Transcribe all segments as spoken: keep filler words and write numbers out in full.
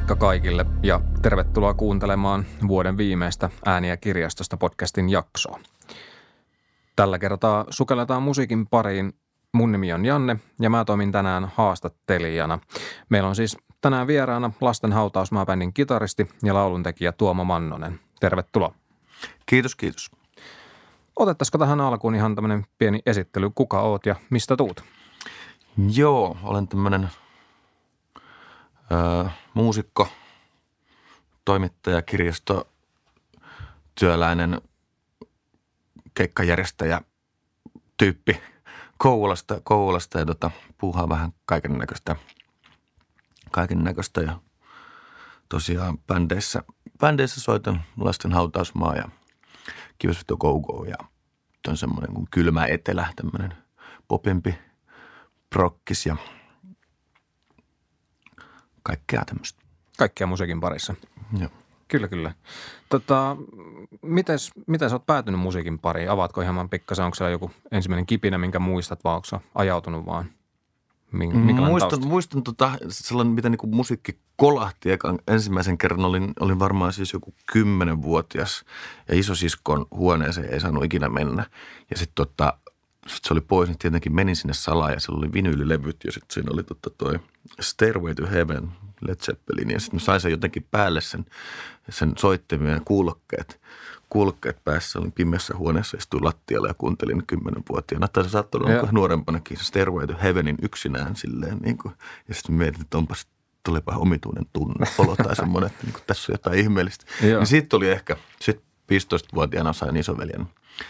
Moikka kaikille ja tervetuloa kuuntelemaan vuoden viimeistä Ääniä kirjastosta podcastin jaksoa. Tällä kertaa sukelletaan musiikin pariin. Mun nimi on Janne ja mä toimin tänään haastattelijana. Meillä on siis tänään vieraana Lasten hautausmaa-bändin kitaristi ja lauluntekijä Tuomo Mannonen. Tervetuloa. Kiitos, kiitos. Otettaisiko tähän alkuun ihan tämmöinen pieni esittely, kuka oot ja mistä tuut? Joo, olen tämmöinen ö, muusikko, toimittaja, kirjasto, työläinen, keikkajärjestäjä, tyyppi Kouvolasta, Kouvolasta ja tota, puuhaa vähän kaiken näköistä, kaiken näköistä ja tosiaan bändeissä, bändeissä soitan Lasten hautausmaa ja Kivesveto Go Go ja on semmoinen kuin Kylmä Etelä, tämmöinen popimpi prokkis ja kaikkea tämmöistä. Kaikkea musiikin parissa. Joo. Kyllä, kyllä. Tota, mites, miten sä oot päätynyt musiikin pariin? Avaatko ihan pikkasen, onko siellä joku ensimmäinen kipinä, minkä muistat, vai onko sä ajautunut vaan? Muistan, muistan tota, sellainen, miten niin musiikki kolahti ekan ensimmäisen kerran. Olin, olin varmaan siis joku kymmenvuotias ja isosiskon huoneeseen ei saanut ikinä mennä. Ja sitten tota, sit se oli pois, niin tietenkin menin sinne salaa ja siellä oli vinyylilevyt ja sitten siinä oli tota toi Stairway to Heaven, Led Zeppelin. Ja sitten mä sain sen jotenkin päälle sen, sen soittimien kuulokkeet. Kuulokkeet päässä, olin pimeässä huoneessa, istuin lattialla ja kuuntelin kymmenvuotiaana. Tai se saattoi olla nuorempanakin se Stairway to Heavenin yksinään silleen. Niin kuin, ja sitten mietin, että onpas, tulepa omituinen tunne, olo tai semmoinen, että niin kuin, tässä on jotain ihmeellistä. Niin siitä oli ehkä, sitten viisitoistavuotiaana sain isoveljen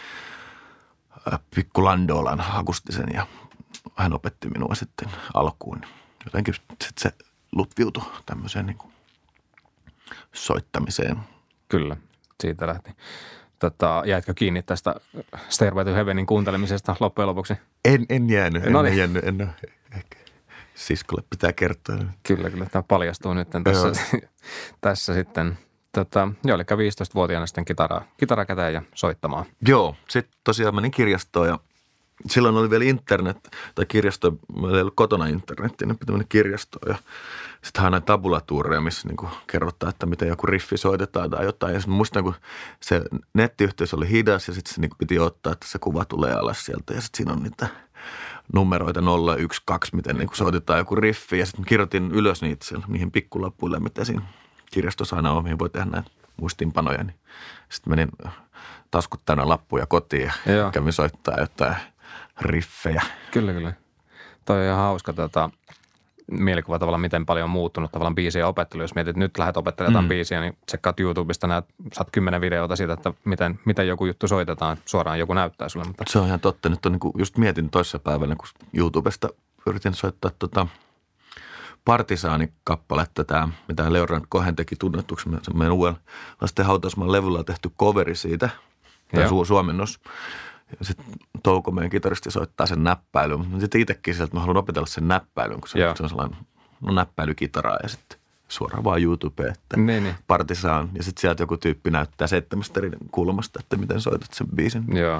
äh, pikku Landolan akustisen ja hän opetti minua sitten alkuun. Jotenkin sitten se lutviutui tämmöiseen niin kuin soittamiseen. Kyllä. Siitä lähti. Tota, jäitkö kiinni tästä Stairway to Heavenin kuuntelemisesta loppujen lopuksi? En, en jäänyt, en, no niin. en jäänyt, en ole, ehkä siskolle pitää kertoa. Kyllä, kyllä, tämä paljastuu nyt tässä, tässä sitten. Tota, joo, eli viisitoistavuotiaana sitten kitara, kitara käteen ja soittamaan. Joo, sitten tosiaan menin kirjastoon ja silloin oli vielä internet, tai kirjasto, meillä ei ollut kotona internetti, niin pitää mennä kirjastoon ja sitten hän näitä tabulatuureja, missä niin kerrotaan, että miten joku riffi soitetaan tai jotain. Ja sitten muistan, kun se nettiyhteys oli hidas ja sitten se niin piti ottaa, että se kuva tulee alas sieltä ja sitten siinä on niitä numeroita nolla, yksi, kaksi, miten niin soitetaan joku riffi. Ja sitten kirjoitin ylös niitä siellä, niihin pikkulappuille, mitä siinä kirjastossa aina on, mihin voi tehdä näitä muistinpanoja. Niin sitten menin taskut täynnä lappuja kotiin ja Joo. kävin soittaa jotain riffejä. Kyllä, kyllä. Toi on ihan hauska tota, mielikuva tavallaan, miten paljon on muuttunut tavallaan biisien opettelu. Jos mietit, että nyt lähdet opettelemaan mm. biisiä, niin tsekkaat YouTubesta, näet, saat kymmenen videota siitä, että miten, miten joku juttu soitetaan. Suoraan joku näyttää sulle. Mutta se on ihan totta. Nyt on niin kuin, just mietin toissa päivänä, kun YouTubesta yritin soittaa tota Partisaani-kappaletta, tämä, mitä Leonard Cohen teki tunnetuksi. Meidän uuden Lasten hautausmaan levyllä on tehty coveri siitä, tai su- suomennos. Ja sitten Touko, meidän kitaristi, soittaa sen näppäilyn. Mutta sitten itsekin sieltä, että mä haluan opetella sen näppäilyn, kun se, se on sellainen no, näppäilykitaraa ja sitten suoraan vaan YouTubeen, että niin, niin. Partisaan. Ja sitten sieltä joku tyyppi näyttää seitsemästä eri kulmasta, että miten soitat sen biisin. Joo.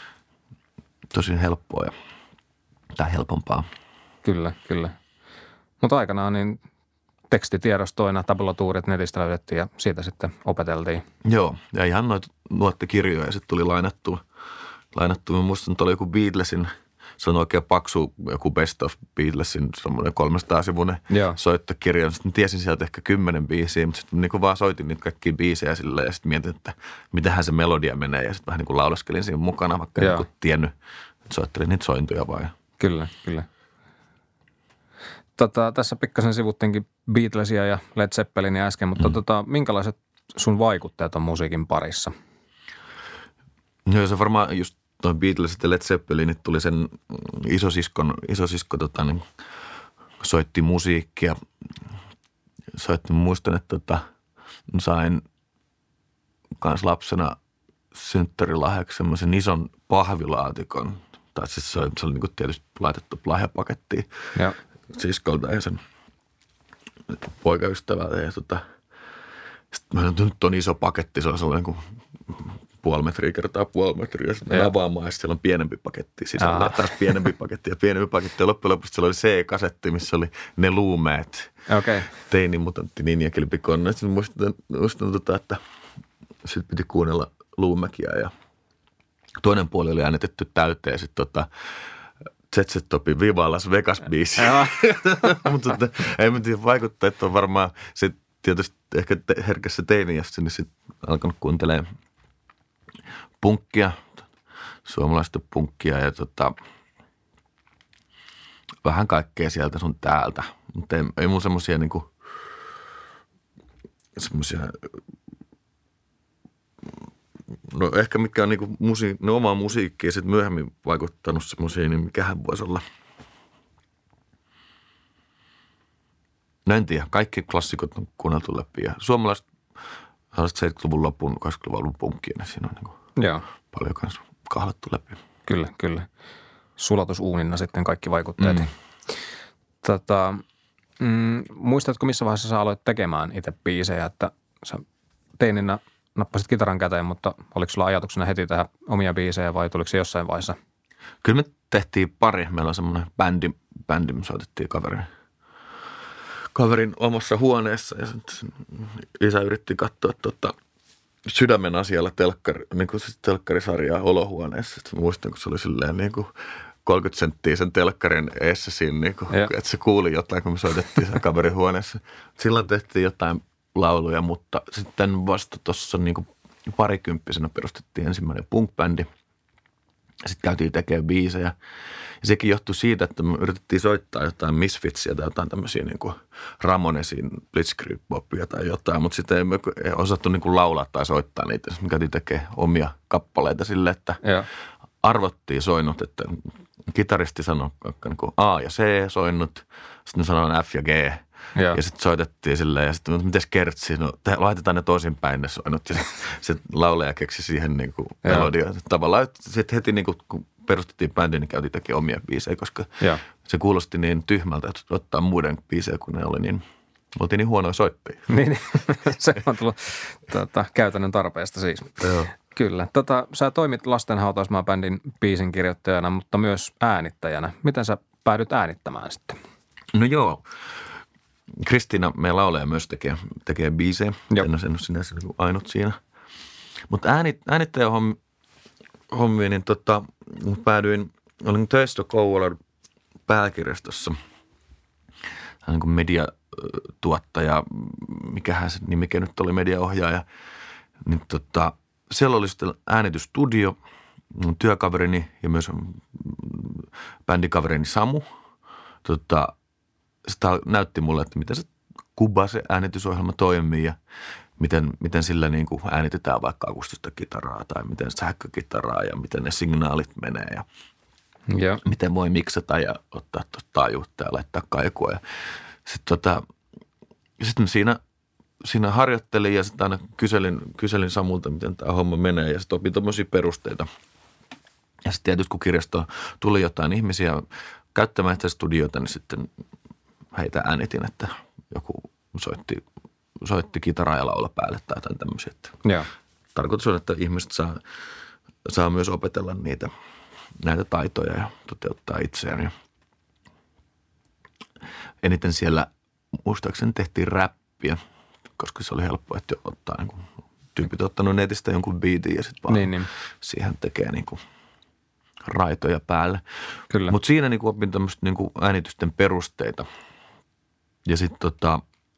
Tosi helppoa ja, tai helpompaa. Kyllä, kyllä. Mutta aikanaan niin tekstitiedostoina, tabulatuurit netistä löydettiin ja siitä sitten opeteltiin. Joo, ja ihan noita nuottikirjoja sitten tuli lainattua. Lainattua. Mä muistan, että oli joku Beatlesin, se on oikein paksu, joku Best of Beatlesin, semmoinen kolmesataa-sivuinen soittokirja. Sitten tiesin sieltä ehkä kymmenen biisiä, mutta sitten niin vaan soitin niitä kaikkia biisejä silleen ja sitten mietin, että mitähän se melodia menee. Ja sitten vähän niin kuin lauleskelin siinä mukana, vaikka en niin tiennyt, että soittelin niitä sointuja vaan. Kyllä, kyllä. Tota, tässä pikkasen sivuttiinkin Beatlesia ja Led Zeppelinia äsken, mutta mm. tota, minkälaiset sun vaikutteet on musiikin parissa? Joo, se varmaan just noin Beatlesit ja Led Zeppelinit tuli sen isosiskon, isosisko tota, niin, soitti musiikkia. Soitti, muistan, että tota, sain kans lapsena synttärilahjaksi semmoisen ison pahvilaatikon. Tai siis se oli, se oli niin kuin tietysti laitettu lahjapakettiin siskolta ja sen poikaystävältä. Ja tota, sitten mä sanoin, että nyt on iso paketti, se on sellainen kuin puoli metriä kertaa puoli metriä. Ja sitten avaamaan ja siellä on pienempi paketti sisällä. Aha. Ja taas pienempi paketti ja pienempi paketti. Ja loppujen lopuksi siellä oli C-kasetti, missä oli ne luumeet. Okay. Teini mutantti Ninja Kill Picon. Sitten muistan, muistan tota, että sitten piti kuunnella Luumäkiä ja toinen puoli oli äänetetty täyteen. Sitten tota, Z Z Topin Viva Las Vegas-biisi. Mutta tota, ei mä tiedä vaikuttaa, että on varmaan se tietysti ehkä te, herkässä teiniässä, niin sitten alkanut kuuntelemaan punkkia, suomalaista punkkia ja tota, vähän kaikkea sieltä sun täältä. Mutta ei, ei mun semmosia niinku, semmosia, no ehkä mitkä on niinku musi, no omaa musiikkia sitten myöhemmin vaikuttanut semmosia, niin mikähän voisi olla. No en tiedä, kaikki klassikot on kuunneltu läpi ja suomalaiset seitsemänkymmentäluvun lopun, kahdeksankymmentäluvun lopun punkkia, niin siinä on niinku Joo. paljon kanssa kahlattu läpi. Kyllä, kyllä. Sulatusuunina sitten kaikki vaikutteet. Mm. Tota, mm, muistatko missä vaiheessa sä aloit tekemään itse biisejä, että sä teininä nappasit kitaran käteen, mutta oliko sulla ajatuksena heti tehdä omia biisejä vai tuliko se jossain vaiheessa? Kyllä me tehtiin pari. Meillä on semmoinen bändi, bändi me soitettiin kaverin, kaverin omassa huoneessa ja isä yritti katsoa tuota, Sydämen asialla telkkari, niin kuin telkkarisarjaa olohuoneessa. Sitten muistan, kun se oli silleen niin kuin kolmekymmentä senttiä sen telkkarin eessä siinä, niin kuin, että se kuuli jotain, kun me soitettiin sen kaverin huoneessa. Silloin tehtiin jotain lauluja, mutta sitten vasta tuossa niin kuin parikymppisenä perustettiin ensimmäinen punk-bändi. Sitten käytiin tekemään biisejä. Ja sekin johtui siitä, että me yritettiin soittaa jotain Misfitsia tai jotain tämmöisiä niin kuin Ramonesin Blitzkrieg-popia tai jotain, mutta sitten ei me osattu niin kuin laulaa tai soittaa niitä. Sitten me käytiin tekemään omia kappaleita sille, että ja. arvottiin soinnut, että kitaristi sanoi niin kuin A ja C soinnut, sitten sanoi F ja G. Ja, ja sitten soitettiin silleen, ja sitten mites kertsi, no te, laitetaan ne toisinpäin ne soinut, ja sitten laulaja keksi siihen niin kuin melodia. Tavallaan sitten heti niin kuin, kun perustettiin bändi, niin käytiin tekemään omia biisejä, koska ja. se kuulosti niin tyhmältä, että ottaa muiden biisejä, kun ne oli niin, oltiin niin huonoja soittajia. Niin, se on tullut tuota, käytännön tarpeesta siis. Joo. Kyllä. Tota, sä toimit Lastenhautausmaa-bändin biisinkirjoittajana, mutta myös äänittäjänä. Miten sä päädyt äänittämään sitten? No joo. Kristiina, meidän laulaja, myös tekee, tekee biisejä. Jop. En ole sinänsä ainut siinä. Mutta äänit, äänittäjän hommiin, niin tota, päädyin, olin töissä Kouvolan pääkirjastossa. Hän niin mediatuottaja, mikähän se nimikin nyt oli, mediaohjaaja. Niin tota, siellä oli sitten äänitystudio, työkaverini ja myös bändikaverini Samu. Tota, sitä näytti mulle, että miten se kuva, se äänitysohjelma toimii ja miten, miten sillä niin kuin äänitetään vaikka akustista kitaraa tai miten sähkökitaraa ja miten ne signaalit menee ja yeah. miten voi miksata ja ottaa tuosta taajuutta ja laittaa kaikua. Ja sitten tota, sit siinä, siinä harjoittelin ja sitten aina kyselin, kyselin Samulta, miten tämä homma menee ja sitten opin tommosia perusteita. Ja sitten tietysti kun kirjastoon tuli jotain ihmisiä käyttämään sitä studiota, niin sitten heitä äänitin, että joku soitti, soitti kitaraa ja laula päälle tai jotain tämmöisiä. Yeah. Tarkoitus on, että ihmiset saa, saa myös opetella niitä, näitä taitoja ja toteuttaa itseään. Ja eniten siellä muistaakseni tehtiin räppiä, koska se oli helppo, että ottaa niin kuin, tyypit ottanut netistä jonkun biitin ja sitten vaan niin, niin. siihen tekee niin kuin raitoja päälle. Mutta siinä niin kuin opin tämmöistä niin kuin äänitysten perusteita. Ja sitten tota,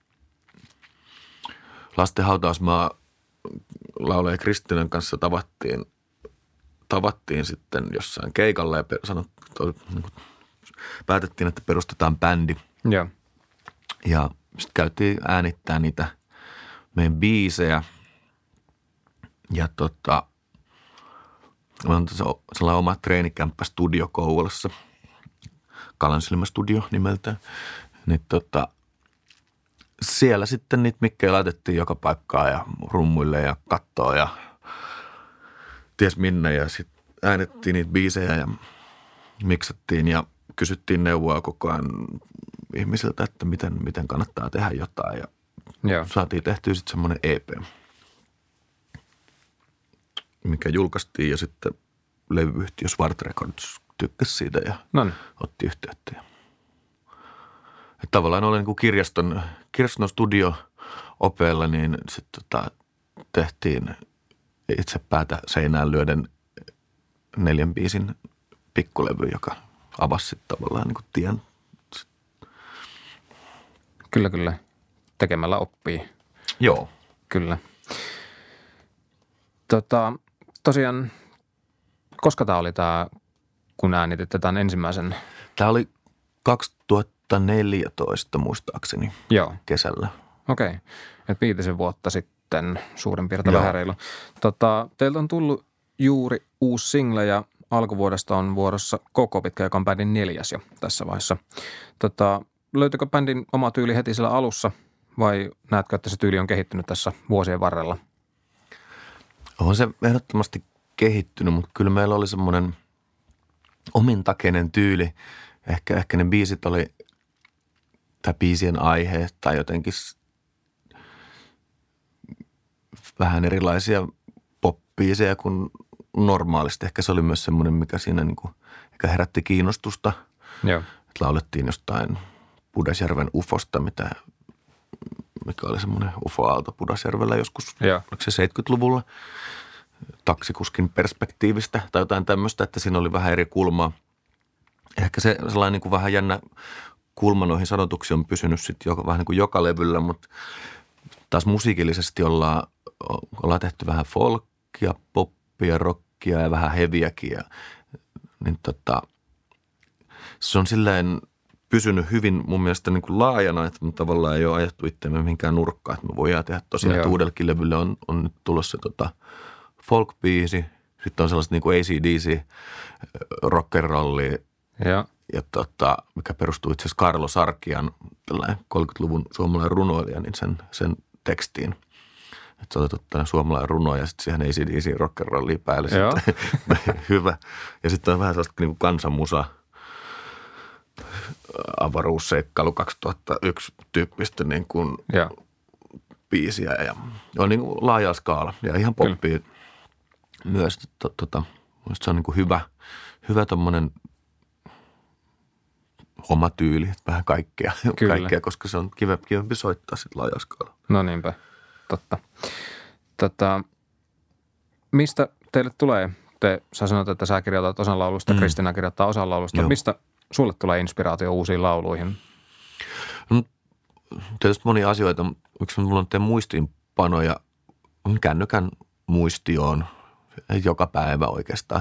Lastenhautausmaa laulaja Kristiinan kanssa tavattiin, tavattiin sitten jossain keikalla ja sanot, to, niin kuin, päätettiin, että perustetaan bändi. Ja, ja sitten käytiin äänittää niitä meidän biisejä. Ja tota, on sellainen oma treenikämppä studio Kouvolassa, Kalansilmä-studio nimeltään. Niin tota, siellä sitten niitä mikkejä laitettiin joka paikkaan ja rummuille ja kattoa ja ties minne. Ja sitten äänettiin niitä biisejä ja miksattiin ja kysyttiin neuvoa koko ajan ihmisiltä, että miten, miten kannattaa tehdä jotain. Ja Joo. saatiin tehtyä sitten semmoinen E P. mikä julkaistiin ja sitten levyyhtiö Swart Records tykkäsi siitä ja Noniin. otti yhteyttä. Ja että tavallaan oli niin kuin kirjaston, kirjaston studio-opeella, niin sitten tota, tehtiin itse päätä seinään lyöden neljän biisin pikkulevy, joka avasi sitten tavallaan niin kuin tien. Kyllä, kyllä. Tekemällä oppii. Joo. Kyllä. Tota, tosiaan, koska tämä oli tämä, kun äänititte tämän ensimmäisen? Tämä oli kaksituhattaneljätoista muistaakseni. Joo. Kesällä. Okei. Okay. Et viitisen vuotta sitten suurin piirtein vähän reilu. Tota, teiltä on tullut juuri uusi single ja alkuvuodesta on vuorossa Koko Pitkä, joka on bändin neljäs jo tässä vaiheessa. Tota, löytyykö bändin oma tyyli heti siellä alussa vai näetkö, että se tyyli on kehittynyt tässä vuosien varrella? On se ehdottomasti kehittynyt, mutta kyllä meillä oli semmoinen omintakeinen tyyli. Ehkä, ehkä ne biisit oli, tai biisien aiheet tai jotenkin vähän erilaisia pop-biisejä kuin normaalisti. Ehkä se oli myös semmoinen, mikä siinä niin kuin, ehkä herätti kiinnostusta. Joo. Että laulettiin jostain Pudasjärven ufosta, mitä, mikä oli semmoinen ufo-aalto Pudasjärvellä joskus, Joo. oliko se seitsemänkymmentäluvulla, taksikuskin perspektiivistä tai jotain tämmöistä, että siinä oli vähän eri kulmaa. Ehkä se sellainen niin kuin vähän jännä kulma noihin sanotuksiin on pysynyt sitten joka, vähän niin kuin joka levyllä, mutta taas musiikillisesti ollaan, ollaan tehty vähän folkia, poppia, rockia ja vähän heviäkin. Ja, niin tota, se on silleen pysynyt hyvin mun mielestä niin kuin laajana, että me tavallaan ei ole ajettu itseämme mihinkään nurkkaan, että me voidaan tehdä tosiaan, että uudellekin levylle on, on nyt tulossa se tota, folk-biisi, sitten on sellaista niin kuin A C D C, rock'n'rollia, ja, ja tota, mikä perustuu itse asiassa Carlo Sarkian, tällainen kolmekymmentäluvun suomalainen runoilija, niin sen, sen tekstiin. Että se on otettu tällainen suomalainen runo ja sitten siihen A C D C rock'n'rollia päälle. Hyvä. Ja sitten on vähän sellaista niin kuin kansanmusa, avaruusseikkailu kaksituhattayksi tyyppistä niin kuin ja. biisiä ja on niin kuin laaja skaala ja ihan poppia myös. Tota, se on niin kuin hyvä, hyvä tommonen oma tyyli, vähän kaikkea, kaikkea, koska se on kivempi, kivempi soittaa sitten laaja skaala. No niinpä, totta. Tota, mistä teille tulee, te, sä sanoit, että sä kirjoitat osan laulusta, mm. Kristiina kirjoittaa osan laulusta. Joo. Mistä sulle tulee inspiraatio uusiin lauluihin? No, tietysti monia asioita. Yksi mulla on muistiinpanoja kännykän muistioon joka päivä oikeastaan.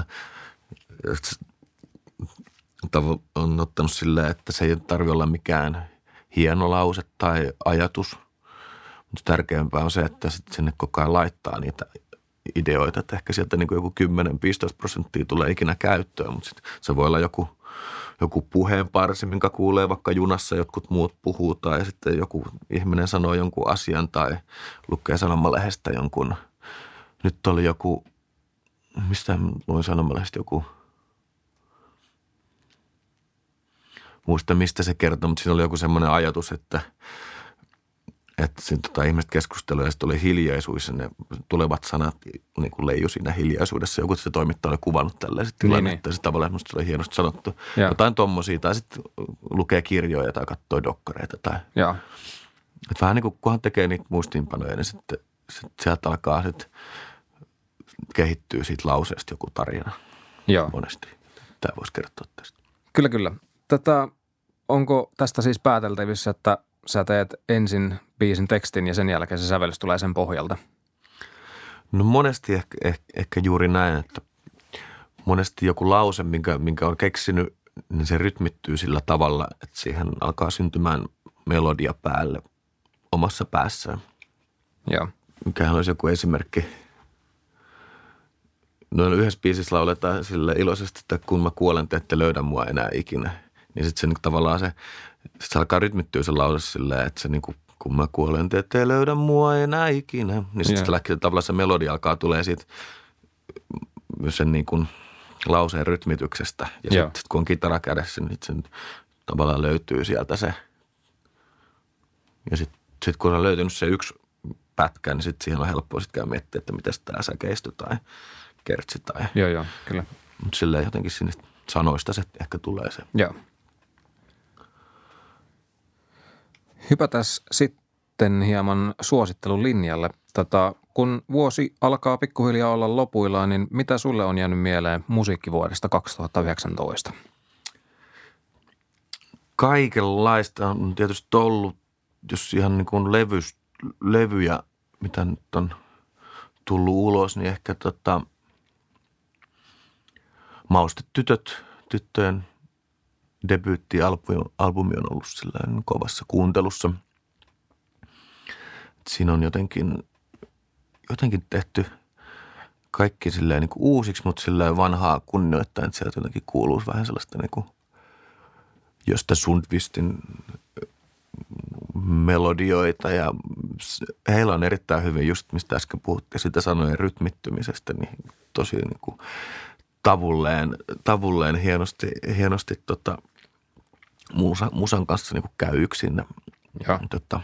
On ottanut silleen, että se ei tarvitse olla mikään hieno lause tai ajatus. Mutta tärkeämpää on se, että sit sinne koko ajan laittaa niitä ideoita. Että ehkä sieltä niin kuin joku kymmenen viisitoista prosenttia tulee ikinä käyttöön, mutta sit se voi olla joku joku puheenparsi, minkä kuulee vaikka junassa, jotkut muut puhuu tai sitten joku ihminen sanoo jonkun asian tai lukee sanomalehdestä jonkun. Nyt oli joku, mistä luin sanomalehdestä joku, muista mistä se kertoo, mutta siinä oli joku semmoinen ajatus, että että siinä tota, ihmiset keskustelivat ja sitten oli hiljaisuus ja ne tulevat sanat niin kuin leiju siinä hiljaisuudessa. Joku se toimittaja oli kuvannut tällaiset tilannetta ja sitten tavallaan musta oli hienosti sanottu. Ja. Jotain tommosia tai sitten lukee kirjoja tai katsoo dokkareita tai. Ja. Että vähän niin kuin kunhan tekee niitä muistiinpanoja, niin sitten sit sieltä alkaa sitten kehittyy siitä lauseesta joku tarina. Joo. Monesti. Tämä voisi kertoa tästä. Kyllä, kyllä. Tätä, onko tästä siis pääteltävissä, että sä teet ensin biisin tekstin ja sen jälkeen se sävellys tulee sen pohjalta? No monesti ehkä, ehkä, ehkä juuri näin, että monesti joku lause, minkä, minkä on keksinyt, niin se rytmittyy sillä tavalla, että siihen alkaa syntymään melodia päälle omassa päässään. Joo. Mikähän olisi joku esimerkki. No yhdessä biisissä lauletaan sille iloisesti, että kun mä kuolen, te ette löydä mua enää ikinä. Niin sitten se niin tavallaan se, sit se alkaa rytmittyä se lause silleen, että se niin kuin, kun mä kuolen, te ette löydä mua enää ikinä. Niin sitten yeah. tavallaan se melodia alkaa tulee siitä myös sen niin kuin lauseen rytmityksestä. Ja sitten sit, kun on kitara kädessä, niin sen tavallaan löytyy sieltä se. Ja sitten sit, kun on löytynyt se yksi pätkä, niin sitten siihen on helppoa sitten käydä miettiä, että miten tämä säkeistö tai kertsi tai. Joo, joo, kyllä. Mutta silleen jotenkin sinne sanoista se ehkä tulee se. Joo. Hypätään sitten hieman suosittelun linjalle. Tota, kun vuosi alkaa pikkuhiljaa olla lopuillaan, niin mitä sulle on jäänyt mieleen musiikkivuodesta kaksituhattayhdeksäntoista? Kaikenlaista on tietysti ollut, jos ihan niin kuin levys, levyjä, mitä nyt on tullut ulos, niin ehkä tota, Maustetytöt, tyttöjen debyyttialbumi on ollut sellainen kovassa kuuntelussa. Siinä on jotenkin, jotenkin tehty kaikki silleen niin kuin uusiksi, mutta silleen vanhaa kunnioittain, että sieltä jotenkin kuuluu vähän sellaista niin kuin Josta Sundqvistin melodioita ja heillä on erittäin hyvin just, mistä äsken puhuttiin, sitä sanojen rytmittymisestä, niin tosi niin kuin tavulleen, tavulleen hienosti, hienosti tota, musa, musan kanssa niin kuin käy yksin ja tota,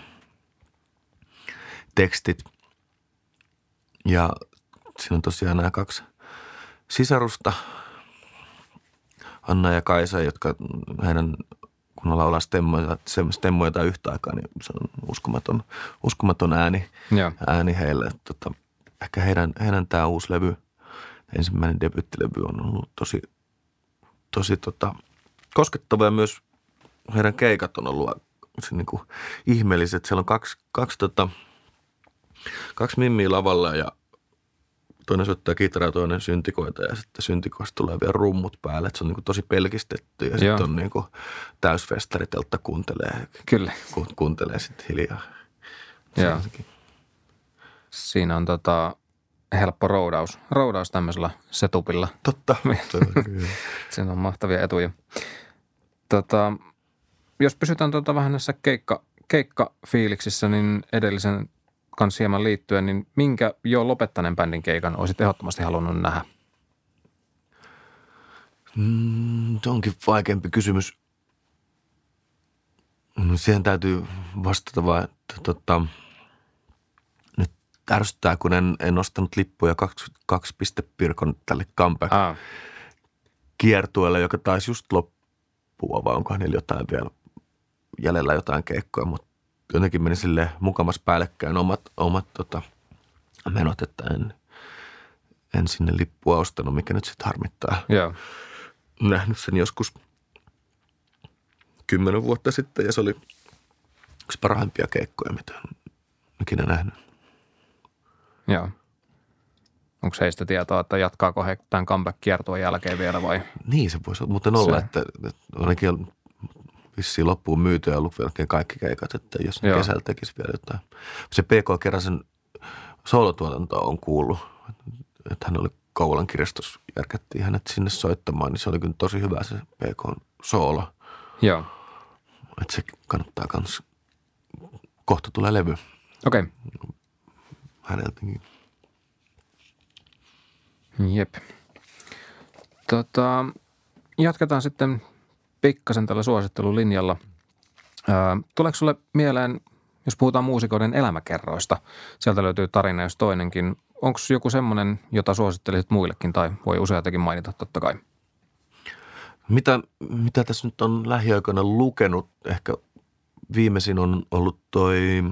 tekstit. Ja siinä on tosiaan nämä kaksi sisarusta, Anna ja Kaisa, jotka heidän, kun ollaan stemmoja, stemmoja tai yhtä aikaa, niin se on uskomaton, uskomaton ääni, ja. ääni heille. Tota, ehkä heidän, heidän tämä uusi levy, ensimmäinen debyyttilevy on ollut tosi, tosi tota, koskettava ja myös heidän keikat on ollut se, niin kuin ihmeelliset. Siellä on kaksi, kaksi, tota, kaksi mimmiä lavalla ja toinen soittaa kitaraa, toinen syntikoita ja sitten syntikoista tulee vielä rummut päälle. Että se on niin kuin tosi pelkistetty ja sitten on niin kuin täysfestaritelta kuuntelee. Kyllä. Ku, kuuntelee sitten hiljaa. Joo. Siinä on tota helppo roudaus. Roudaus tämmöisellä setupilla. Totta. Siinä on mahtavia etuja. Tota, jos pysytään tota vähän näissä keikka, keikkafiiliksissä, niin edellisen kanssa hieman liittyen, niin minkä jo lopettaneen bändin keikan olisit ehdottomasti halunnut nähdä? Mm, se onkin vaikeampi kysymys. Siihen täytyy vastata vaan, että tota, nyt ärsyttää, kun en, en ostanut lippuja kaksi pistepirkon tälle comeback-kiertueelle, joka taisi just loppua, vai onkohan niillä jotain vielä jäljellä jotain keikkoja, mutta jotenkin meni silleen mukamas päällekkäin omat, omat tota, menot, että en, en sinne lippua ostanut, mikä nyt sitten harmittaa. Joo. Nähnyt sen joskus kymmenen vuotta sitten ja se oli yksi parhaimpia keikkoja, mitä olen ikinä nähnyt. Joo. Onko heistä tietoa, että jatkaako he tämän comeback-kiertueen jälkeen vielä vai? Niin se voisi muuten olla, se. että, että ainakin on vissiin loppuun myyty ja ollut melkein kaikki keikat, että jos ne kesällä tekisi vielä jotain. Se P K Keräsen soolotuotanto on kuullut, että hän oli Kouvolan kirjastossa, järkättiin hänet sinne soittamaan, niin se oli kyllä tosi hyvä se P K:n soolo. Joo. Että se kannattaa kans, kohta tulee levy. Okei. Okay. Häneltäkin. Jep. Tota, jatketaan sitten pikkasen tällä suosittelulinjalla. Ää, tuleeko sulle mieleen, jos puhutaan muusikoiden elämäkerroista, sieltä löytyy tarina jos toinenkin. Onko joku semmoinen, jota suosittelisit muillekin tai voi useatakin mainita totta kai? Mitä, mitä tässä nyt on lähiaikoina lukenut? Ehkä viimeisin on ollut toi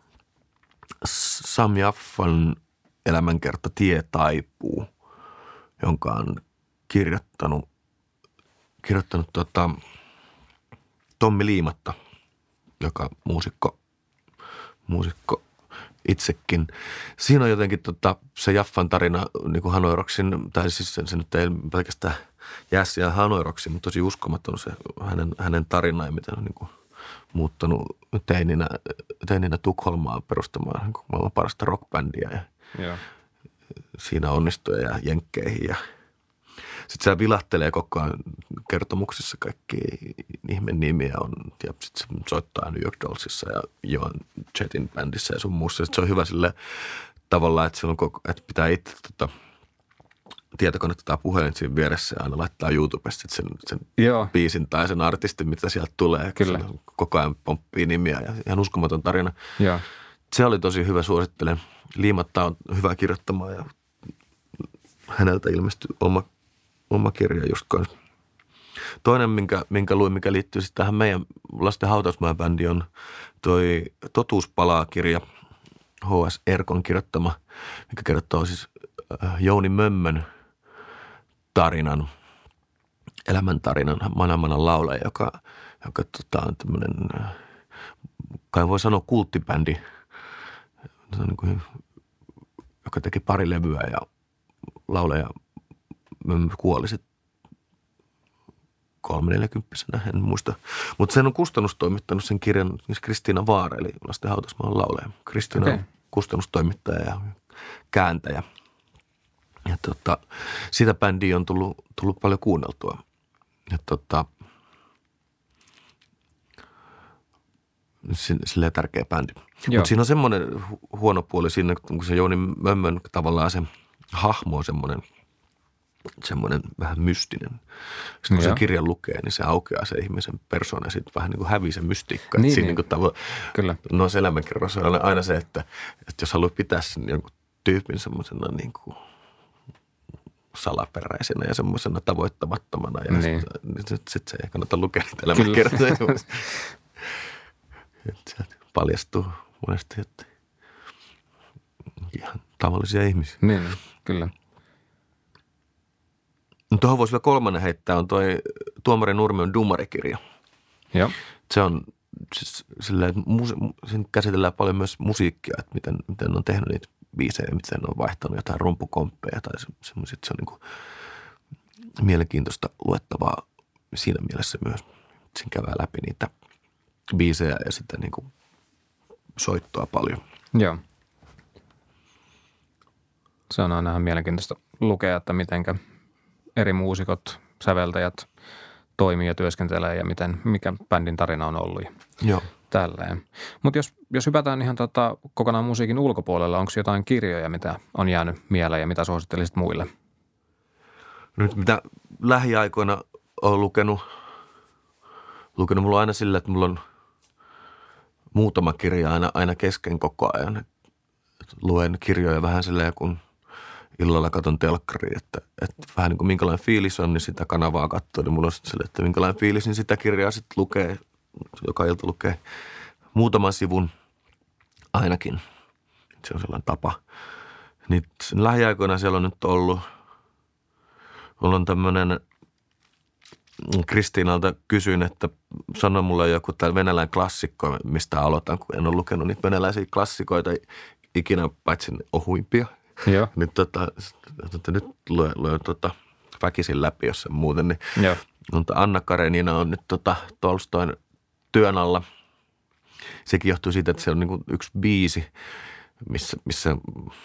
Sam Jaffan elämänkerta Tie taipuu, jonka on kirjoittanut, kirjoittanut tota Tommi Liimatta, joka muusikko, muusikko itsekin. Siinä on jotenkin tota, se Jaffan tarina niin kuin Hanoi Rocksin, tai siis se, se nyt ei pelkästään jää siellä Hanoi Rocksin, mutta tosi uskomaton se hänen, hänen tarina ja miten on niin kuin muuttanut teininä, teininä Tukholmaa perustamaan niin kuin maailman parasta rockbändiä ja yeah. Siinä onnistui ja jenkkeihin ja sitten se vilahtelee koko ajan kertomuksissa kaikki ihmeen nimiä on ja sitten se soittaa New York Dollsissa ja Joan Jettin bändissä ja sun muussa. Sitten se on hyvä sille tavalla, että, silloin koko, että pitää itse tota, tietokonetta tai puhelin siinä vieressä ja aina laittaa YouTubesta sen, sen biisin tai sen artistin, mitä sieltä tulee. Kyllä. Koko ajan pomppii nimiä ja ihan uskomaton tarina. Joo. Se oli tosi hyvä, suosittelen. Liimatta on hyvä kirjoittamaan ja häneltä ilmestyi oma, oma kirja just kanssa. Toinen, minkä, minkä luin, mikä liittyy sitten tähän meidän Lasten hautausmaabändi on toi Totuus palaa-kirja, H S Erkon kirjoittama, mikä kertoo siis Jouni Mömmön tarinan, elämäntarinan, Manamanan laulaja, joka, joka tota, on tämmöinen, kai voi sanoa kulttibändi, niin kuin, joka teki pari levyä ja laulaja Mömmö kuoli sitten kolme neljäkymppisenä, en muista. Mutta sen on kustannustoimittanut sen kirjan siis Kristiina Vaara, eli Lasten hautausmaan laulaja. Kristiina okay. on kustannustoimittaja ja kääntäjä. Ja tota, sitä bändiä on tullut, tullut paljon kuunneltua. Ja tota, silleen tärkeä bändi. Mutta siinä on semmoinen hu- huono puoli siinä, kun se Jouni Mömmön tavallaan se hahmo on semmoinen, semmoinen vähän mystinen. Sitten kun se kirjan lukee, niin se aukeaa se ihmisen persoona ja sitten vähän niin kuin hävii se mystiikka. Niin, siinä niin. niin tavo- Kyllä. Noissa elämänkerroissa on aina se, että, että jos haluaa pitää sen jonkun tyypin semmoisena niin kuin salaperäisenä ja semmoisena tavoittamattomana. Ja niin. sitten sit, sit se ei kannata lukea niitä elämänkertoja. Se paljastuu monesti, että ihan tavallisia ihmisiä. Niin, kyllä. No tuohon voisi vielä kolmannen heittää, on toi Tuomari Nurmion Dumarikirja. Joo. Se on siis silleen, että muse- siinä käsitellään paljon myös musiikkia, että miten, miten on tehnyt niitä biisejä, miten on vaihtanut jotain rumpukomppeja tai se, semmoisia. Se on niin kuin mielenkiintoista luettavaa siinä mielessä myös. Siinä käydään läpi niitä biisejä ja sitten niin kuin soittoa paljon. Joo. Se on aina ihan mielenkiintoista lukea, että mitenkä eri muusikot, säveltäjät toimii ja työskentelee ja miten, mikä bändin tarina on ollut. Joo. Tälleen. Mutta jos, jos hypätään ihan tota, kokonaan musiikin ulkopuolella, onko jotain kirjoja, mitä on jäänyt mieleen ja mitä suosittelisit muille? Nyt mitä lähiaikoina olen lukenut, lukenut mulla on aina sillä, että mulla on muutama kirja aina, aina kesken koko ajan. Et luen kirjoja vähän silleen, kun illalla katon telkkariin, että, että vähän niin kuin minkälainen fiilis on, niin sitä kanavaa katsoo. Niin mulla on sitten silleen, että minkälainen fiilis, niin sitä kirjaa sitten lukee, joka ilta lukee muutaman sivun ainakin. Se on sellainen tapa. Niin lähiaikoina siellä on nyt ollut, mulla on tämmöinen, Kristiinalta kysyin, että sano mulle joku täällä venäläinen klassikko, mistä aloitan, kun en ole lukenut niitä venäläisiä klassikoita ikinä, paitsi ohuimpia. Joo. Niin tota, tota, nyt luen, luen tota, väkisin läpi, jos sen muuten. Niin, Joo. Mutta Anna Karenina on nyt tota, Tolstoin työn alla. Sekin johtuu siitä, että se on niinku yksi biisi, missä, missä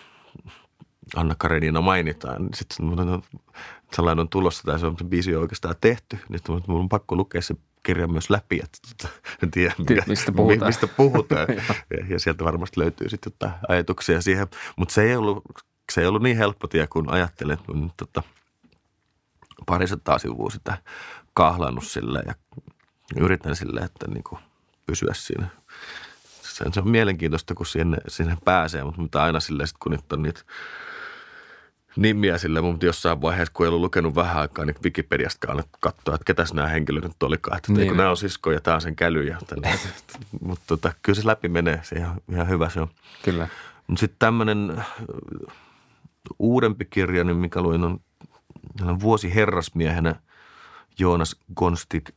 Anna Karenina mainitaan. Sitten sellainen on tulossa, tai se on se biisi on oikeastaan tehty. Nyt mun on pakko lukea se kirja myös läpi, että tota, en tiedä, mikä, mistä puhutaan. Mistä puhutaan. ja, ja sieltä varmasti löytyy sitten jotain ajatuksia siihen. Mutta se ei ollut, se ei ollut niin helppo tie, kun ajattelin, että olen tota, parisataa sivua sitä kahlannut silleen ja yritän silleen, että niinku pysyä siinä. Se on, se on mielenkiintoista, kun sinne, sinne pääsee, mutta aina silleen, sit, kun nyt on niitä nimiä sille, mutta jossain vaiheessa, kun ei ollut lukenut vähän aikaa, niin Wikipediasta katsoa, että ketäs nämä henkilöt nyt olikaan. Että niin. Nämä on sisko ja tämä on sen käly. Ja mutta tota, kyllä se läpi menee, se ihan, ihan hyvä se on. Kyllä. Mutta sitten tämmöinen uudempi kirja, niin mikä luin on vuosi herrasmiehenä Joonas Gonstig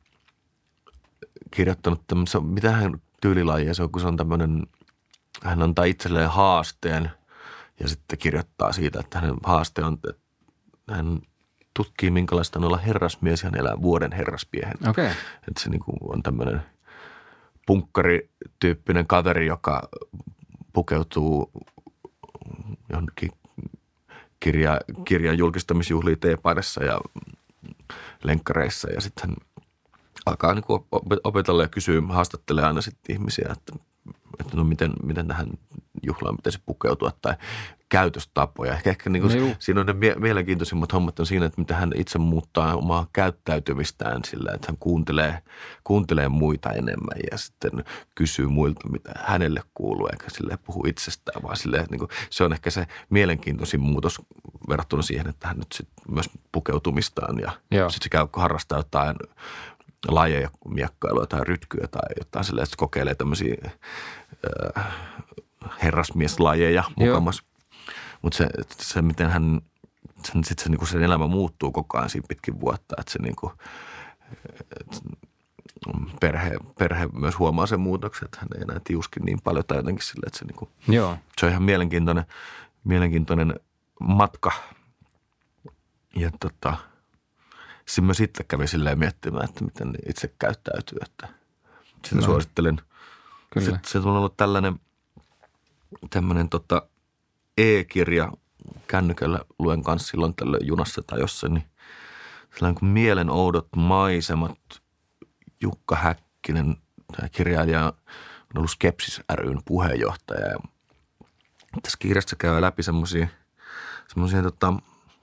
kirjoittanut tämmöisen, mitä hän tyylilajia se on, kun se on tämmöinen, hän antaa itselleen haasteen ja sitten kirjoittaa siitä, että hänen haaste on, että hän tutkii minkälaista on olla herrasmies ja hän elää vuoden herrasmiehen. Okay. Että se niin kuin on tämmöinen punkkarityyppinen kaveri, joka pukeutuu johonkin kirja, kirjan julkistamisjuhliin teepaidassa ja lenkkareissa ja sitten hän alkaa niin kuin opetella ja kysyy, haastattelee aina sitten ihmisiä, että, että no miten, miten tähän juhlaan pitäisi pukeutua tai käytöstapoja. Ehkä, ehkä niin kuin no siinä on ne mie- mielenkiintoisimmat hommat on siinä, että miten hän itse muuttaa omaa käyttäytymistään sillä, että hän kuuntelee, kuuntelee muita enemmän ja sitten kysyy muilta, mitä hänelle kuuluu, eikä silleen puhu itsestään, vaan silleen, että niin kuin, se on ehkä se mielenkiintoisin muutos verrattuna siihen, että hän nyt sit myös pukeutumistaan ja sitten se käy harrastaa jotain lajeja, miekkailua tai rytkyä tai jotain sellaista, että se kokeilee tämmöisiä äh, herrasmieslajeja mukamas. Mutta se, se, miten hän, sen, sit se, niinku sen elämä muuttuu koko ajan siinä pitkin vuotta, että se niinku, et perhe, perhe myös huomaa sen muutoksen, että hän ei enää tiuski niin paljon tai jotenkin sille, että se niinku, Joo. se on ihan mielenkiintoinen, mielenkiintoinen matka. Ja tota, sitten myös itse kävi silleen miettimään, että miten itse käyttäytyy, että sitä no. suosittelen. Kyllä. Sitten se on ollut tällainen tämmöinen tota e-kirja, kännykällä luen kanssa silloin tällöin junassa tai jossain, niin sellainen kuin Mielen oudot maisemat, Jukka Häkkinen, tämä kirjailija on ollut Skepsis ry:n puheenjohtaja. Ja tässä kirjassa käy läpi semmoisia, semmoisia tota,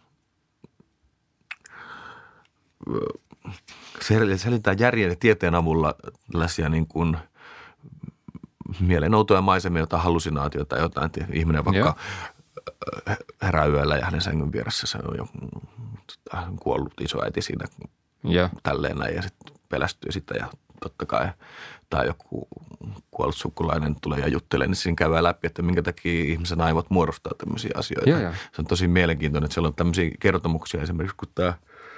selittää järjen ja tieteen avulla tällaisia niin kuin mielenoutoja maisemia, jotain hallusinaatiota tai jotain. Ihminen vaikka yeah. herää yöllä ja hänen sängyn vieressä se on jo kuollut isoäiti siinä yeah. tälleen näin ja sitten pelästyy sitä ja totta kai tai joku kuollut sukulainen tulee ja juttelee, niin siinä käydään läpi, että minkä takia ihmisen aivot muodostaa tämmöisiä asioita. Yeah, yeah. Se on tosi mielenkiintoinen, että siellä on tämmöisiä kertomuksia esimerkiksi, kun tämä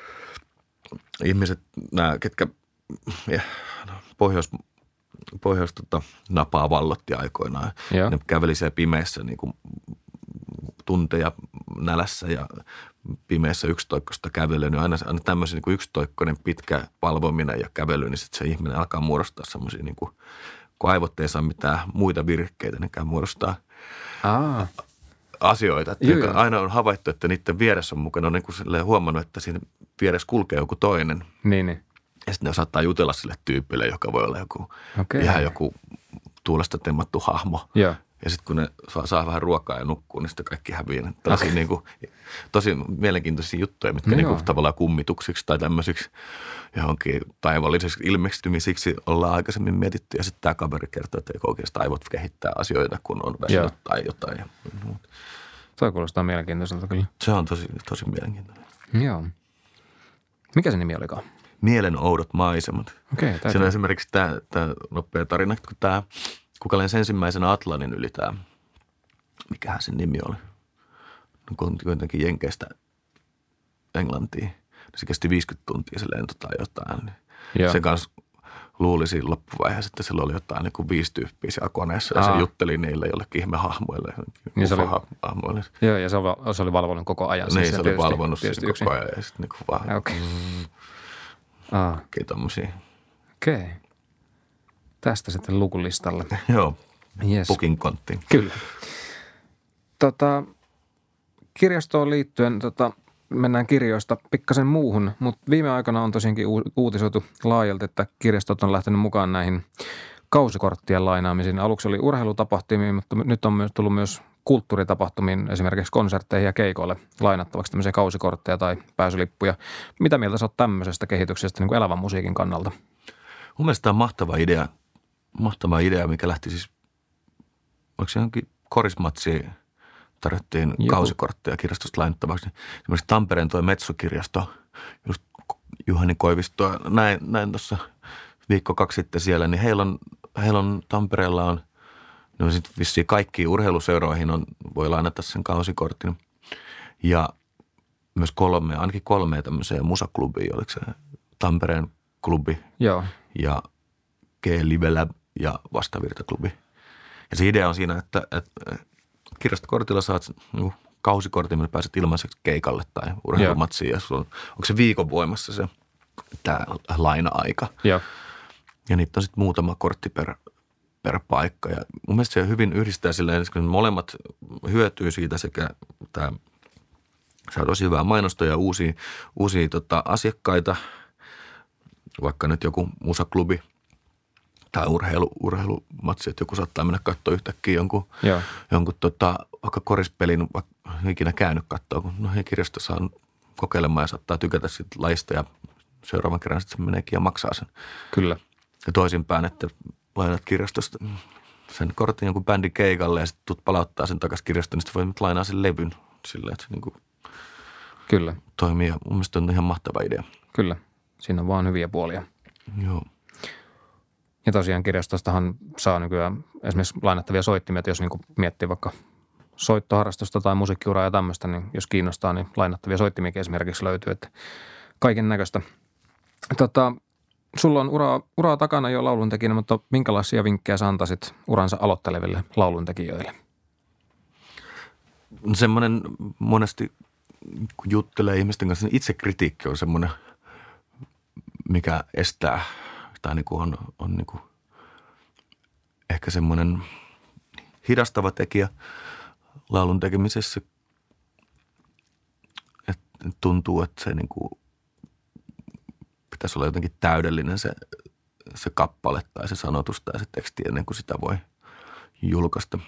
ihmiset, nämä ketkä ja, no, pohjois, pohjois tota, napaa vallotti aikoinaan. Yeah. Ne käveli siellä pimeässä niin kuin tunteja nälässä ja pimeässä yksitoikkoista kävelyä, niin aina, aina tämmöisen niin kuin yksitoikkoinen pitkä valvominen ja kävely, niin sitten se ihminen alkaa muodostaa semmoisia, niin kuin, kun aivot ei saa mitään muita virkkeitä, niin käy muodostaa ah. asioita. Että aina on havaittu, että niiden vieressä on mukana, on niin kuin huomannut, että siinä vieressä kulkee joku toinen. Niin, niin. Ja sitten ne saattaa jutella sille tyypille, joka voi olla joku, okay. ihan joku tuulesta temmattu hahmo. Yeah. Ja sitten kun ne saa, saa vähän ruokaa ja nukkuu, niin sitten kaikki häviää. Tosi, okay. niin kuin, tosi mielenkiintoisia juttuja, mitkä no niin kuin, tavallaan kummituksiksi tai tämmöisiksi johonkin taivaallisiksi ilmestymisiksi ollaan aikaisemmin mietitty. Ja sitten tämä kaveri kertoo, että oikeastaan aivot kehittää asioita, kun on väsynyt yeah. tai jotain. Ja, toi kuulostaa mielenkiintoiselta kyllä. Se on tosi, tosi mielenkiintoinen. Joo. Mikä se nimi olikaan? Mielen oudot maisemat. Okei. Okay, siinä on esimerkiksi tämä, tämä nopea tarina, kun tämä, kuka lensi ensimmäisenä Atlantin yli tämä, mikähän sen nimi oli, no, kuitenkin Jenkeistä Englantiin. Se kesti viisikymmentä tuntia se lento tai jotain. Niin sen kanssa luulisi loppuvaiheessa, että sillä oli jotain niin kuin viisi tyyppiä siellä koneessa ja Aa. se jutteli niille jollekin ihme hahmoille. Niin se oli, joo, ja se oli, se oli valvonut koko ajan. Niin, siis se oli valvonut siinä koko ajan ja sitten niin kuin vaan okay. mm, kaikki tommosia. Okei. Okay. Tästä sitten lukulistalle. Joo, yes. Booking-konttiin. Kyllä. Tota, kirjastoon liittyen tota, mennään kirjoista pikkasen muuhun, mutta viime aikana on tosiaankin uutisoitu laajalti, että kirjastot on lähtenyt mukaan näihin kausikorttien lainaamisiin. Aluksi oli urheilutapahtumia, mutta nyt on myös tullut myös kulttuuritapahtumiin, esimerkiksi konsertteihin ja keikoille lainattavaksi tämmöisiä kausikortteja tai pääsylippuja. Mitä mieltä sä oot tämmöisestä kehityksestä niin kuin elävän musiikin kannalta? Mun mielestä tämä on mahtava idea, mahtava idea, mikä lähti siis, oliko se johonkin korismatsiin tarjottiin Joku. kausikortteja kirjastosta lainattavaksi. Esimerkiksi Tampereen tuo Metso-kirjasto, just Juhani Koivistoa, näin, näin tuossa viikko kaksi sitten siellä, niin heillä on, heillä on Tampereella on, no sitten vissiin kaikkiin urheiluseuroihin on, voi lainata sen kausikortin. Ja myös kolme, ainakin kolme tämmöiseen musaklubia, oliko se Tampereen klubi Joo. ja G-Livelab ja Vastavirta-klubi. Ja se idea on siinä, että, että kirjastokortilla saat niin kausikortin, millä pääset ilmaiseksi keikalle tai urheilumatsiin. Ja sulla on, onko se viikon voimassa se tämä laina-aika. Ja, ja niitä on sitten muutama kortti per, per paikka. Ja mun mielestä se hyvin yhdistää silleen, että molemmat hyötyy siitä sekä tämä, saa tosi hyvää mainosta ja uusia, uusia tota, asiakkaita, vaikka nyt joku musaklubi tai urheilu, urheilumatsi, että joku saattaa mennä katsoa yhtäkkiä jonkun, jonkun tota, vaikka korispelin, vaikka ikinä käynyt katsoa, kun no, kirjastossa on kokeilemaan ja saattaa tykätä siitä lajista ja seuraavan kerran sitten se meneekin ja maksaa sen. Kyllä. Ja toisinpäin, että lainat kirjastosta sen kortin jonkun bändin keikalle ja sitten tuut palauttaa sen takaisin kirjastoon, niin sitten voit lainaa sen levyn silleen, että se niin kuin Kyllä. toimii. Ja mun mielestä on ihan mahtava idea. Kyllä. Siinä on vaan hyviä puolia. Joo. Ja tosiaan kirjastostahan saa nykyään esimerkiksi lainattavia soittimia, jos niin kuin miettii vaikka soittoharrastusta tai musiikkiuraa ja tämmöistä, niin jos kiinnostaa, niin lainattavia soittimia esimerkiksi löytyy, että kaiken näköistä. Tota, sulla on uraa, uraa takana jo lauluntekijänä, mutta minkälaisia vinkkejä sä antaisit uransa aloitteleville lauluntekijöille? Semmoinen monesti, kun juttelee ihmisten kanssa, niin itsekritiikki on semmoinen, mikä estää tai niin kuin on, on niin kuin ehkä semmoinen hidastava tekijä laulun tekemisessä, että tuntuu, että se niin kuin pitäisi olla jotenkin täydellinen se, se kappale tai se sanotus tai se teksti ennen kuin sitä voi julkaista.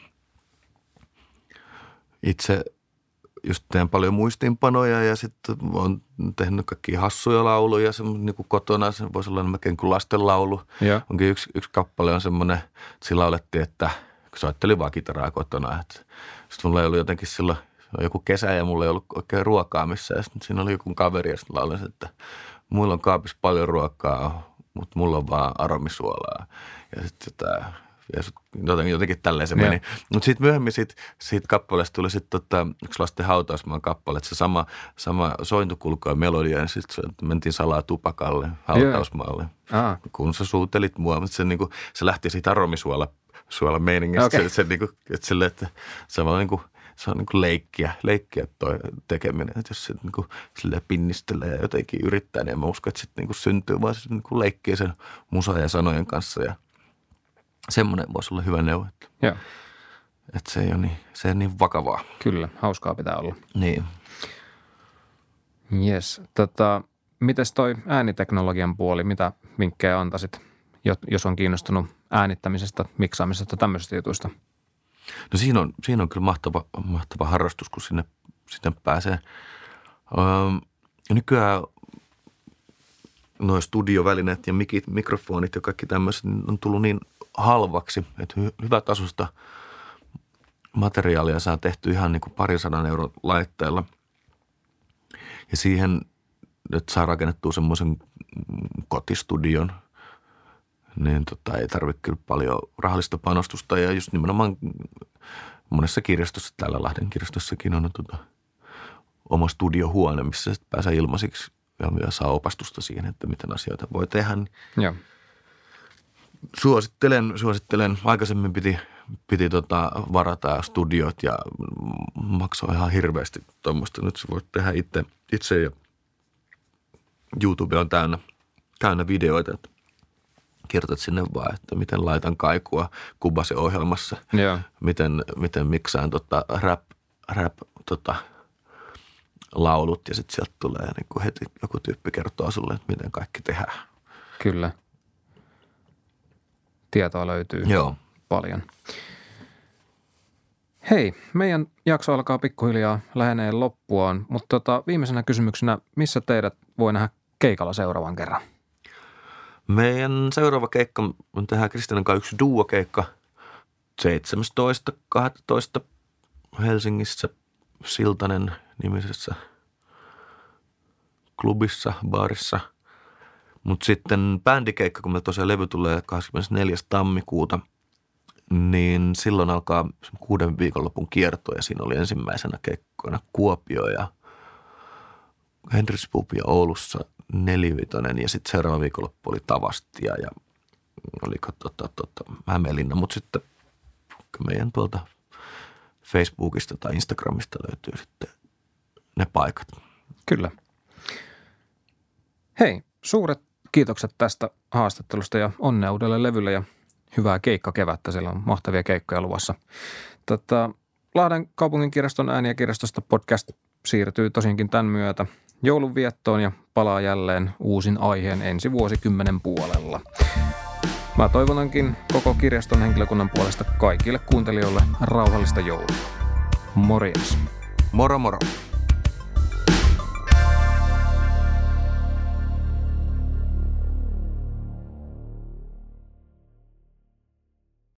Itse just teen paljon muistiinpanoja ja sitten olen tehnyt kaikkia hassuja lauluja niin kuin kotona. Se voisi olla melkein kuin lastenlaulu. Ja. Onkin yksi, yksi kappale on semmoinen, että sillä laulettiin, että kun soittelin vaan kitaraa kotona. Sitten mulla ei ollut jotenkin silloin joku kesä ja mulla ei ollut oikein ruokaa missään. Ja sitten siinä oli joku kaveri ja sitten laulin, että mulla on kaapissa paljon ruokaa, mutta mulla on vaan aromisuolaa. Ja sitten jotain... Ja jotenkin, jotenkin tälleen se meni. Mutta sitten myöhemmin siitä, siitä kappaleesta tuli sitten tota, yksi lasten hautausmaan kappale, että se sama, sama sointukulku ja melodia, ja sitten mentiin salaa tupakalle hautausmaalle. Ah. Kun sä suutelit mua, mutta se, niinku, se lähti siitä aromisuola suola meiningistä. Okay. Se, se, niinku, että sille, että se on, niinku, se on niinku leikkiä, leikkiä toi tekeminen. Että jos se niinku, silleen pinnistelee ja jotenkin yrittää, niin en mä usko, että sitten niinku syntyy, vaan se niinku leikkii sen musa ja sanojen kanssa ja semmoinen voisi olla hyvä neuvo, että, että se ei ole niin, se ei ole niin vakavaa. Kyllä, hauskaa pitää olla. Niin. Jes, tota, mites toi ääniteknologian puoli, mitä vinkkejä antaisit, jos on kiinnostunut äänittämisestä, miksaamisesta, tämmöisistä jutuista? No siinä on, siinä on kyllä mahtava, mahtava harrastus, kun sinne, sinne pääsee. Öö, nykyään nuo studiovälineet ja mikit, mikrofonit ja kaikki tämmöiset on tullut niin halvaksi, että hy- hyvä tasosta materiaalia saa tehty ihan niin kuin parisadan euron laitteella. Ja siihen, että saa rakennettua semmoisen kotistudion, niin tota, ei tarvitse kyllä paljon rahallista panostusta. Ja just nimenomaan monessa kirjastossa, täällä Lahden kirjastossakin on tota, oma studiohuone, missä sitten pääsee ilmaisiksi ja saa opastusta siihen, että miten asioita voi tehdä. Joo. Suosittelen, suosittelen. Aikaisemmin piti, piti tota varata studiot ja maksaa ihan hirveästi tuommoista. Nyt sä voit tehdä itse, itse ja YouTube on täynnä, täynnä videoita, että kirjoitat sinne vaan, että miten laitan kaikua Kubasen ohjelmassa. Joo. Miten, miten miksaan tota rap, rap tota, laulut ja sitten sieltä tulee niin kuin heti joku tyyppi kertoo sulle, että miten kaikki tehdään. Kyllä. Tietoa löytyy Joo. paljon. Hei, meidän jakso alkaa pikkuhiljaa lähenee loppuaan, mutta tota, viimeisenä kysymyksenä, missä teidät voi nähdä keikalla seuraavan kerran? Meidän seuraava keikka on tehdään Kristianan kanssa yksi duo-keikka seitsemästoista kahdestoista Helsingissä Siltanen nimisessä klubissa, baarissa. Mutta sitten bändikeikka, kun me tosiaan levy tulee kahdeskymmenesneljäs tammikuuta, niin silloin alkaa kuuden viikonlopun kierto ja siinä oli ensimmäisenä keikkoina Kuopio ja Henrispub ja Oulussa nelivitonen ja sitten seuraava viikonloppu oli Tavastia ja oliko tota, tota, Hämeenlinna, mutta sitten meidän tuolta Facebookista tai Instagramista löytyy sitten ne paikat. Kyllä. Hei, suuret kiitokset tästä haastattelusta ja onnea uudelle levylle ja hyvää keikkakevättä. Siellä on mahtavia keikkoja luvassa. Tota, Lahden kaupunginkirjaston ääni- ja kirjastosta podcast siirtyy tosiaankin tämän myötä joulunviettoon ja palaa jälleen uusin aiheen ensi vuosikymmenen puolella. Mä toivonankin koko kirjaston henkilökunnan puolesta kaikille kuuntelijoille rauhallista joulua. Morjens. Moro moro.